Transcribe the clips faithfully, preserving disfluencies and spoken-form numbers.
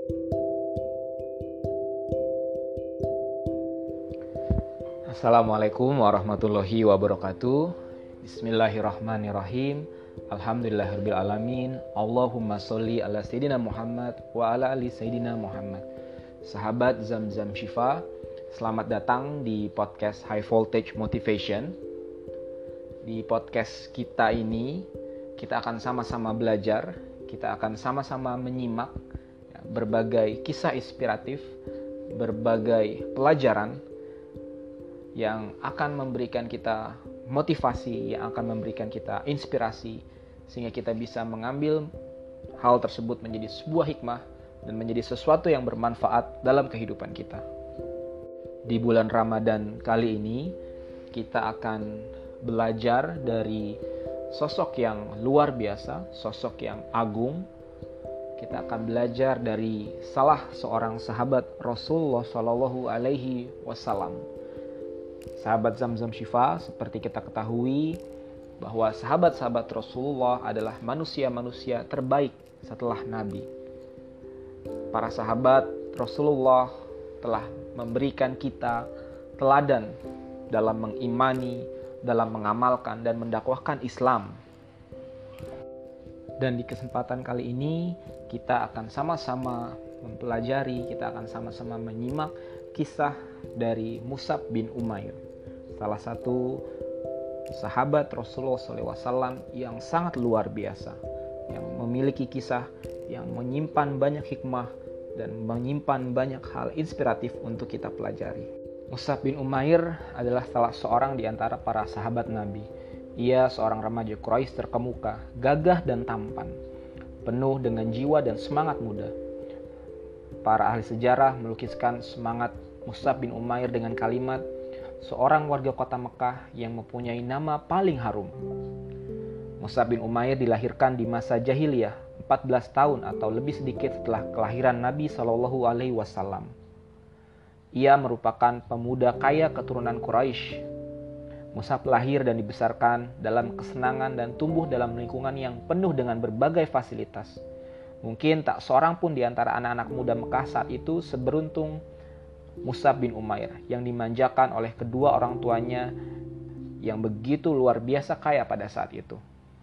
Assalamualaikum warahmatullahi wabarakatuh. Bismillahirrahmanirrahim. Alhamdulillahirabbil alamin. Allahumma sholli ala sayyidina Muhammad wa ala ali sayyidina Muhammad. Sahabat Zam-Zam Shifa, selamat datang di podcast High Voltage Motivation. Di podcast kita ini, kita akan sama-sama belajar, kita akan sama-sama menyimak ya, berbagai kisah inspiratif, berbagai pelajaran yang akan memberikan kita motivasi, yang akan memberikan kita inspirasi, sehingga kita bisa mengambil hal tersebut menjadi sebuah hikmah dan menjadi sesuatu yang bermanfaat dalam kehidupan kita. Di bulan Ramadan kali ini, kita akan belajar dari sosok yang luar biasa, sosok yang agung. Kita akan belajar dari salah seorang sahabat Rasulullah Shallallahu Alaihi Wasallam. Sahabat Zam-Zam Shifa, seperti kita ketahui bahwa sahabat-sahabat Rasulullah adalah manusia-manusia terbaik setelah Nabi. Para sahabat Rasulullah telah memberikan kita teladan dalam mengimani, dalam mengamalkan dan mendakwahkan Islam. Dan di kesempatan kali ini kita akan sama-sama mempelajari, kita akan sama-sama menyimak kisah dari Mus'ab bin Umair, salah satu sahabat Rasulullah shallallahu alaihi wasallam yang sangat luar biasa, yang memiliki kisah yang menyimpan banyak hikmah dan menyimpan banyak hal inspiratif untuk kita pelajari. Mus'ab bin Umair adalah salah seorang di antara para sahabat Nabi. Ia seorang remaja Quraisy terkemuka, gagah dan tampan, penuh dengan jiwa dan semangat muda. Para ahli sejarah melukiskan semangat Mus'ab bin Umair dengan kalimat, seorang warga kota Mekah yang mempunyai nama paling harum. Mus'ab bin Umair dilahirkan di masa jahiliyah, empat belas tahun atau lebih sedikit setelah kelahiran Nabi Shallallahu Alaihi Wasallam. Ia merupakan pemuda kaya keturunan Quraisy. Mus'ab lahir dan dibesarkan dalam kesenangan dan tumbuh dalam lingkungan yang penuh dengan berbagai fasilitas. Mungkin tak seorang pun di antara anak-anak muda Mekah saat itu seberuntung Mus'ab bin Umair yang dimanjakan oleh kedua orang tuanya yang begitu luar biasa kaya pada saat itu.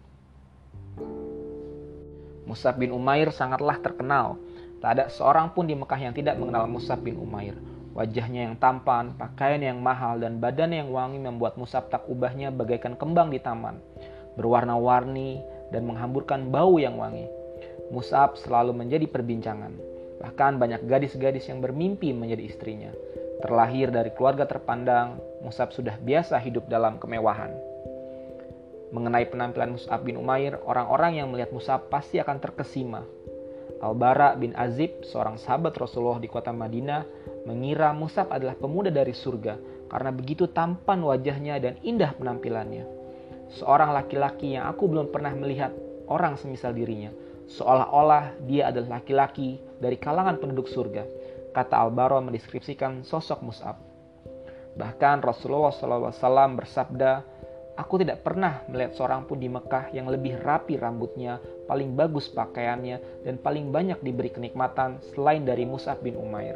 Mus'ab bin Umair sangatlah terkenal. Tak ada seorang pun di Mekah yang tidak mengenal Mus'ab bin Umair. Wajahnya yang tampan, pakaian yang mahal, dan badan yang wangi membuat Mus'ab tak ubahnya bagaikan kembang di taman, berwarna-warni dan menghamburkan bau yang wangi. Mus'ab selalu menjadi perbincangan. Bahkan banyak gadis-gadis yang bermimpi menjadi istrinya. Terlahir dari keluarga terpandang, Mus'ab sudah biasa hidup dalam kemewahan. Mengenai penampilan Mus'ab bin Umair, orang-orang yang melihat Mus'ab pasti akan terkesima. Al-Bara bin Azib, seorang sahabat Rasulullah di kota Madinah, mengira Mus'ab adalah pemuda dari surga karena begitu tampan wajahnya dan indah penampilannya. Seorang laki-laki yang aku belum pernah melihat orang semisal dirinya. Seolah-olah dia adalah laki-laki dari kalangan penduduk surga, kata Al-Bara mendeskripsikan sosok Mus'ab. Bahkan Rasulullah shallallahu alaihi wasallam bersabda, aku tidak pernah melihat seorang pun di Mekah yang lebih rapi rambutnya, paling bagus pakaiannya, dan paling banyak diberi kenikmatan selain dari Mus'ab bin Umair.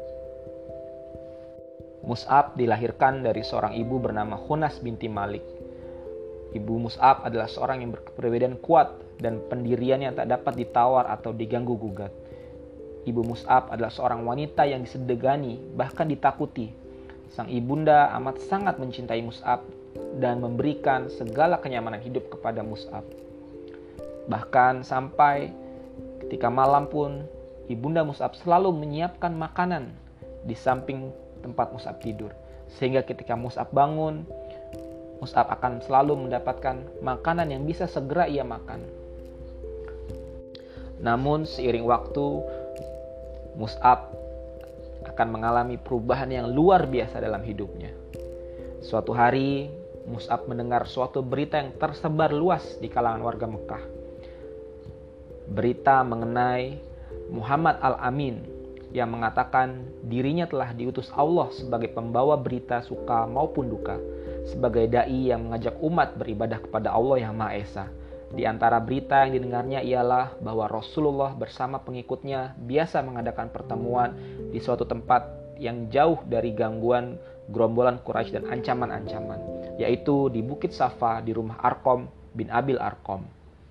Mus'ab dilahirkan dari seorang ibu bernama Khunas binti Malik. Ibu Mus'ab adalah seorang yang berkepribadian kuat dan pendiriannya tak dapat ditawar atau diganggu gugat. Ibu Mus'ab adalah seorang wanita yang disegani, bahkan ditakuti. Sang ibunda amat sangat mencintai Mus'ab dan memberikan segala kenyamanan hidup kepada Mus'ab. Bahkan sampai ketika malam pun, ibunda Mus'ab selalu menyiapkan makanan di samping tempat Mus'ab tidur. Sehingga ketika Mus'ab bangun, Mus'ab akan selalu mendapatkan makanan yang bisa segera ia makan. Namun seiring waktu, Mus'ab akan mengalami perubahan yang luar biasa dalam hidupnya. Suatu hari, Mus'ab mendengar suatu berita yang tersebar luas di kalangan warga Mekah. Berita mengenai Muhammad Al-Amin yang mengatakan dirinya telah diutus Allah sebagai pembawa berita suka maupun duka, sebagai dai yang mengajak umat beribadah kepada Allah yang Maha Esa, Di antara berita yang didengarnya ialah bahwa Rasulullah bersama pengikutnya biasa mengadakan pertemuan di suatu tempat yang jauh dari gangguan gerombolan Quraisy dan ancaman-ancaman, yaitu di Bukit Safa di rumah Arqam bin Abil Arqam.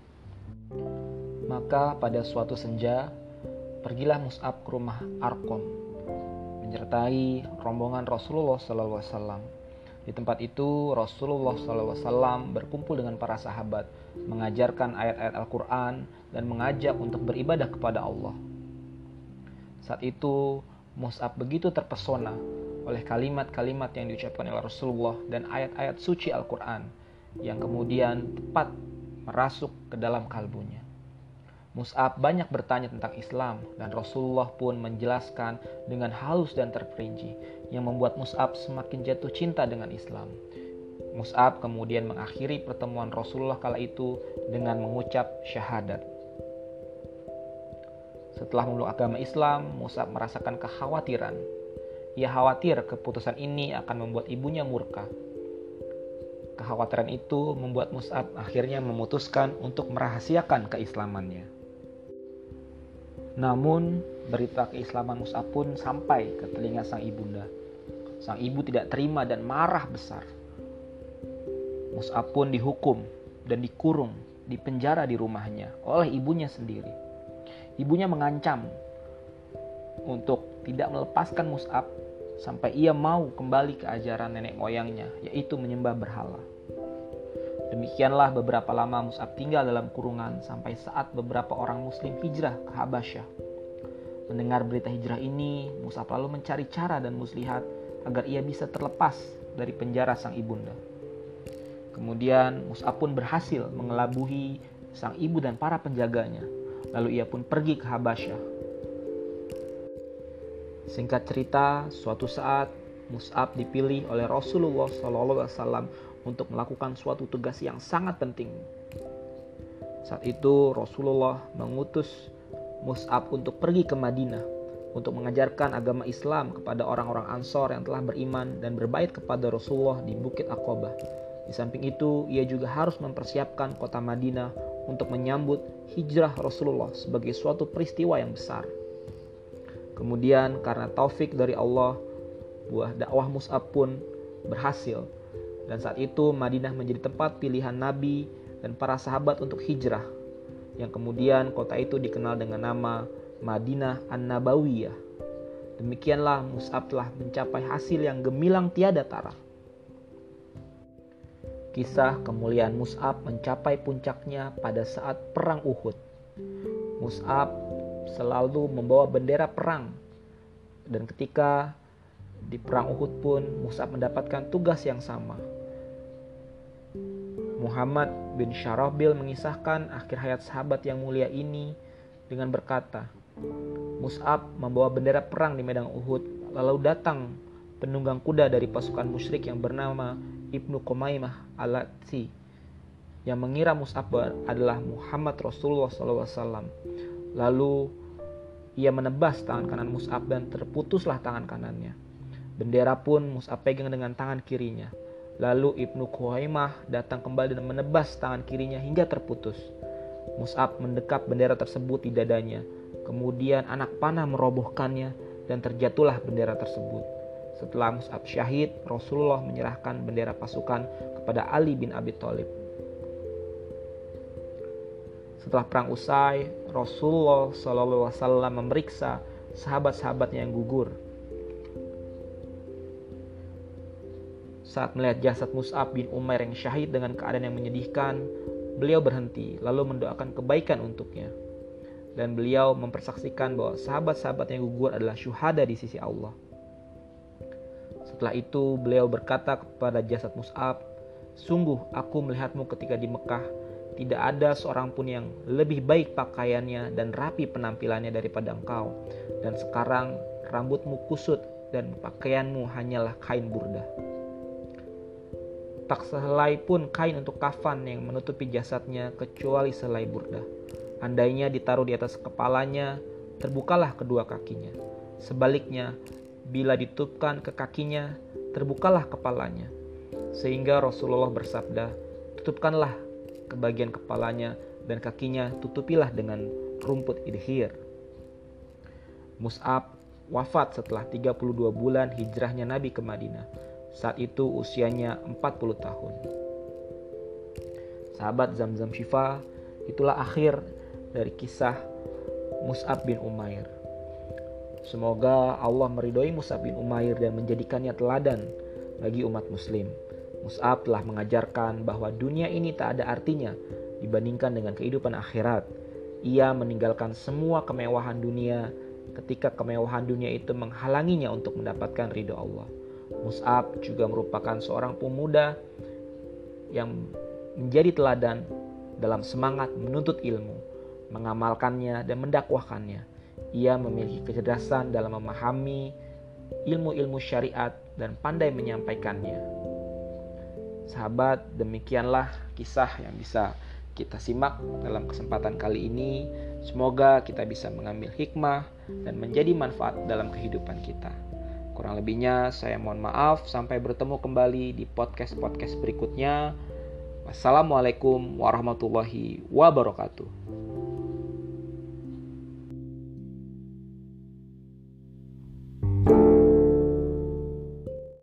Maka pada suatu senja, pergilah Mus'ab ke rumah Arqam, menyertai rombongan Rasulullah shallallahu alaihi wasallam. Di tempat itu Rasulullah shallallahu alaihi wasallam berkumpul dengan para sahabat, mengajarkan ayat-ayat Al-Quran dan mengajak untuk beribadah kepada Allah. Saat itu Mus'ab begitu terpesona oleh kalimat-kalimat yang diucapkan oleh Rasulullah dan ayat-ayat suci Al-Quran yang kemudian tepat merasuk ke dalam kalbunya. Mus'ab banyak bertanya tentang Islam dan Rasulullah pun menjelaskan dengan halus dan terperinci yang membuat Mus'ab semakin jatuh cinta dengan Islam. Mus'ab kemudian mengakhiri pertemuan Rasulullah kala itu dengan mengucap syahadat. Setelah memeluk agama Islam, Mus'ab merasakan kekhawatiran. Ia khawatir keputusan ini akan membuat ibunya murka. Kekhawatiran itu membuat Mus'ab akhirnya memutuskan untuk merahasiakan keislamannya. Namun, berita keislaman Mus'ab pun sampai ke telinga sang ibunda. Sang ibu tidak terima dan marah besar. Mus'ab pun dihukum dan dikurung, dipenjara di rumahnya oleh ibunya sendiri. Ibunya mengancam untuk tidak melepaskan Mus'ab sampai ia mau kembali ke ajaran nenek moyangnya, yaitu menyembah berhala. Demikianlah beberapa lama Mus'ab tinggal dalam kurungan sampai saat beberapa orang muslim hijrah ke Habasyah. Mendengar berita hijrah ini, Mus'ab lalu mencari cara dan muslihat agar ia bisa terlepas dari penjara sang ibunda. Kemudian Mus'ab pun berhasil mengelabuhi sang ibu dan para penjaganya. Lalu ia pun pergi ke Habasyah. Singkat cerita, suatu saat Mus'ab dipilih oleh Rasulullah shallallahu alaihi wasallam untuk melakukan suatu tugas yang sangat penting. Saat itu Rasulullah mengutus Mus'ab untuk pergi ke Madinah untuk mengajarkan agama Islam kepada orang-orang Ansor yang telah beriman dan berbait kepada Rasulullah di Bukit Aqabah. Di samping itu, ia juga harus mempersiapkan kota Madinah untuk menyambut hijrah Rasulullah sebagai suatu peristiwa yang besar. Kemudian karena taufik dari Allah, buah dakwah Mus'ab pun berhasil. Dan saat itu Madinah menjadi tempat pilihan Nabi dan para sahabat untuk hijrah. Yang kemudian kota itu dikenal dengan nama Madinah An-Nabawiyah. Demikianlah Mus'ab telah mencapai hasil yang gemilang tiada tara. Kisah kemuliaan Mus'ab mencapai puncaknya pada saat perang Uhud. Mus'ab selalu membawa bendera perang. Dan ketika di perang Uhud pun Mus'ab mendapatkan tugas yang sama. Muhammad bin Syarabil mengisahkan akhir hayat sahabat yang mulia ini dengan berkata, Mus'ab membawa bendera perang di medan Uhud, lalu datang penunggang kuda dari pasukan musyrik yang bernama Ibnu Qumaimah Al-Latsi yang mengira Mus'ab adalah Muhammad Rasulullah shallallahu alaihi wasallam. Lalu ia menebas tangan kanan Mus'ab dan terputuslah tangan kanannya. Bendera pun Mus'ab pegang dengan tangan kirinya. Lalu Ibnu Qumaimah datang kembali dan menebas tangan kirinya hingga terputus. Mus'ab mendekap bendera tersebut di dadanya. Kemudian anak panah merobohkannya dan terjatuhlah bendera tersebut. Setelah Mus'ab syahid, Rasulullah menyerahkan bendera pasukan kepada Ali bin Abi Thalib. Setelah perang usai, Rasulullah shallallahu alaihi wasallam memeriksa sahabat-sahabatnya yang gugur. Saat melihat jasad Mus'ab bin Umair yang syahid dengan keadaan yang menyedihkan, beliau berhenti lalu mendoakan kebaikan untuknya. Dan beliau mempersaksikan bahwa sahabat-sahabat yang gugur adalah syuhada di sisi Allah. Setelah itu beliau berkata kepada jasad Mus'ab, sungguh aku melihatmu ketika di Mekah, tidak ada seorang pun yang lebih baik pakaiannya dan rapi penampilannya daripada engkau. Dan sekarang rambutmu kusut dan pakaianmu hanyalah kain burda. Tak sehelai pun kain untuk kafan yang menutupi jasadnya kecuali selai burda. Andainya ditaruh di atas kepalanya, terbukalah kedua kakinya. Sebaliknya, bila ditutupkan ke kakinya, terbukalah kepalanya. Sehingga Rasulullah bersabda, tutupkanlah ke bagian kepalanya dan kakinya tutupilah dengan rumput idhir. Mus'ab wafat setelah tiga puluh dua bulan hijrahnya Nabi ke Madinah. Saat itu usianya empat puluh tahun. Sahabat Zamzam Shifa, itulah akhir dari kisah Mus'ab bin Umair. Semoga Allah meridhoi Mus'ab bin Umair dan menjadikannya teladan bagi umat muslim. Mus'ab telah mengajarkan bahwa dunia ini tak ada artinya dibandingkan dengan kehidupan akhirat. Ia meninggalkan semua kemewahan dunia ketika kemewahan dunia itu menghalanginya untuk mendapatkan ridho Allah. Mus'ab juga merupakan seorang pemuda yang menjadi teladan dalam semangat menuntut ilmu, mengamalkannya dan mendakwahkannya. Ia memiliki kecerdasan dalam memahami ilmu-ilmu syariat dan pandai menyampaikannya. Sahabat, demikianlah kisah yang bisa kita simak dalam kesempatan kali ini. Semoga kita bisa mengambil hikmah dan menjadi manfaat dalam kehidupan kita. Kurang lebihnya saya mohon maaf. Sampai bertemu kembali di podcast-podcast berikutnya. Wassalamualaikum warahmatullahi wabarakatuh.